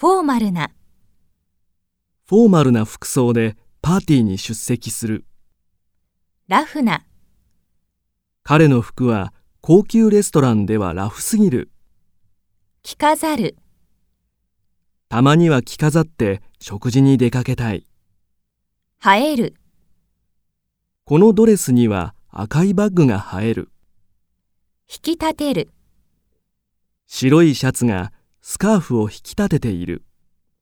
フォーマルな、 フォーマルな服装でパーティーに出席する。 ラフな、 彼の服は高級レストランではラフすぎる。 着飾る、 たまには着飾って食事に出かけたい。 映える、 このドレスには赤いバッグが映える。 引き立てる、 白いシャツがスカーフを引き立てている。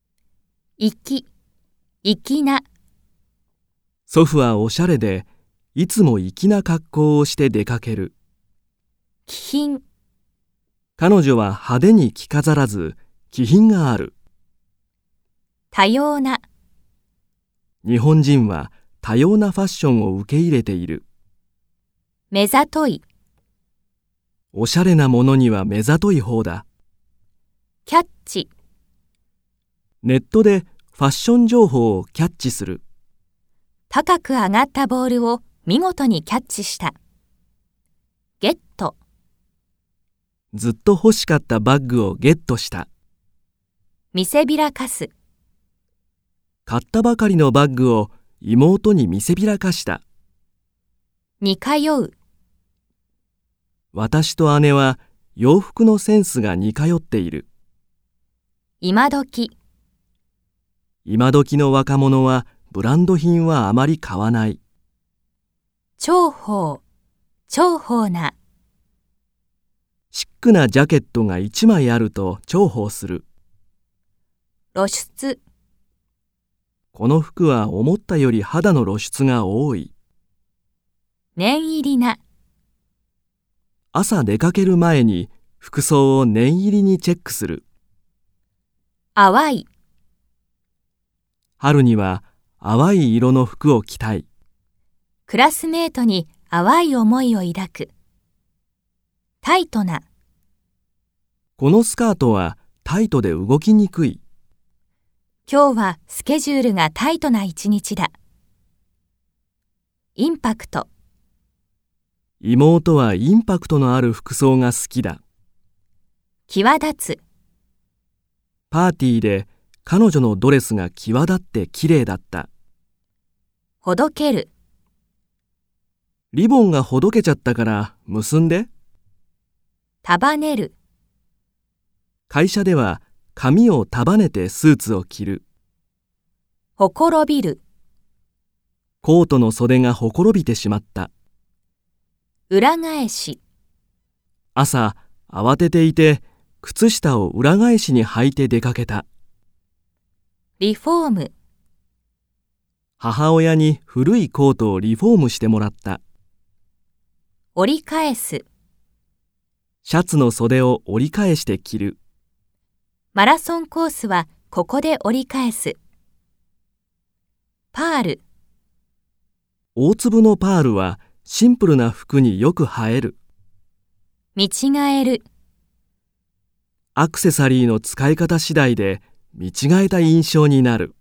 粋な、 祖父はおしゃれで、いつも粋な格好をして出かける。 気品、 彼女は派手に着飾らず、気品がある。 多様な、 日本人は多様なファッションを受け入れている。 目ざとい、 おしゃれなものには目ざとい方だ。 キャッチ、 ネットでファッション情報をキャッチする。 高く上がったボールを見事にキャッチした。ゲット、 ずっと欲しかったバッグをゲットした。 見せびらかす、 買ったばかりのバッグを妹に見せびらかした。 似通う、 私と姉は洋服のセンスが似通っている。 今時、 今時の若者はブランド品はあまり買わない。 重宝な、 シックなジャケットが1枚あると重宝する。 露出、 この服は思ったより肌の露出が多い。 念入りな、 朝出かける前に服装を念入りにチェックする。 淡い、 春には淡い色の服を着たい。 クラスメートに淡い思いを抱く。タイトな、 このスカートはタイトで動きにくい。 今日はスケジュールがタイトな一日だ。インパクト、 妹はインパクトのある服装が好きだ。 際立つ、 パーティーで彼女のドレスが際立って綺麗だった。 ほどける、 リボンがほどけちゃったから結んで。 束ねる、 会社では髪を束ねてスーツを着る。 ほころびる、 コートの袖がほころびてしまった。 裏返し、 朝慌てていて靴下を裏返しに履いて出かけた。 リフォーム、 母親に古いコートをリフォームしてもらった。 折り返す、 シャツの袖を折り返して着る。 マラソンコースはここで折り返す。パール、 大粒のパールはシンプルな服によく映える。 見違える、 アクセサリーの使い方次第で見違えた印象になる。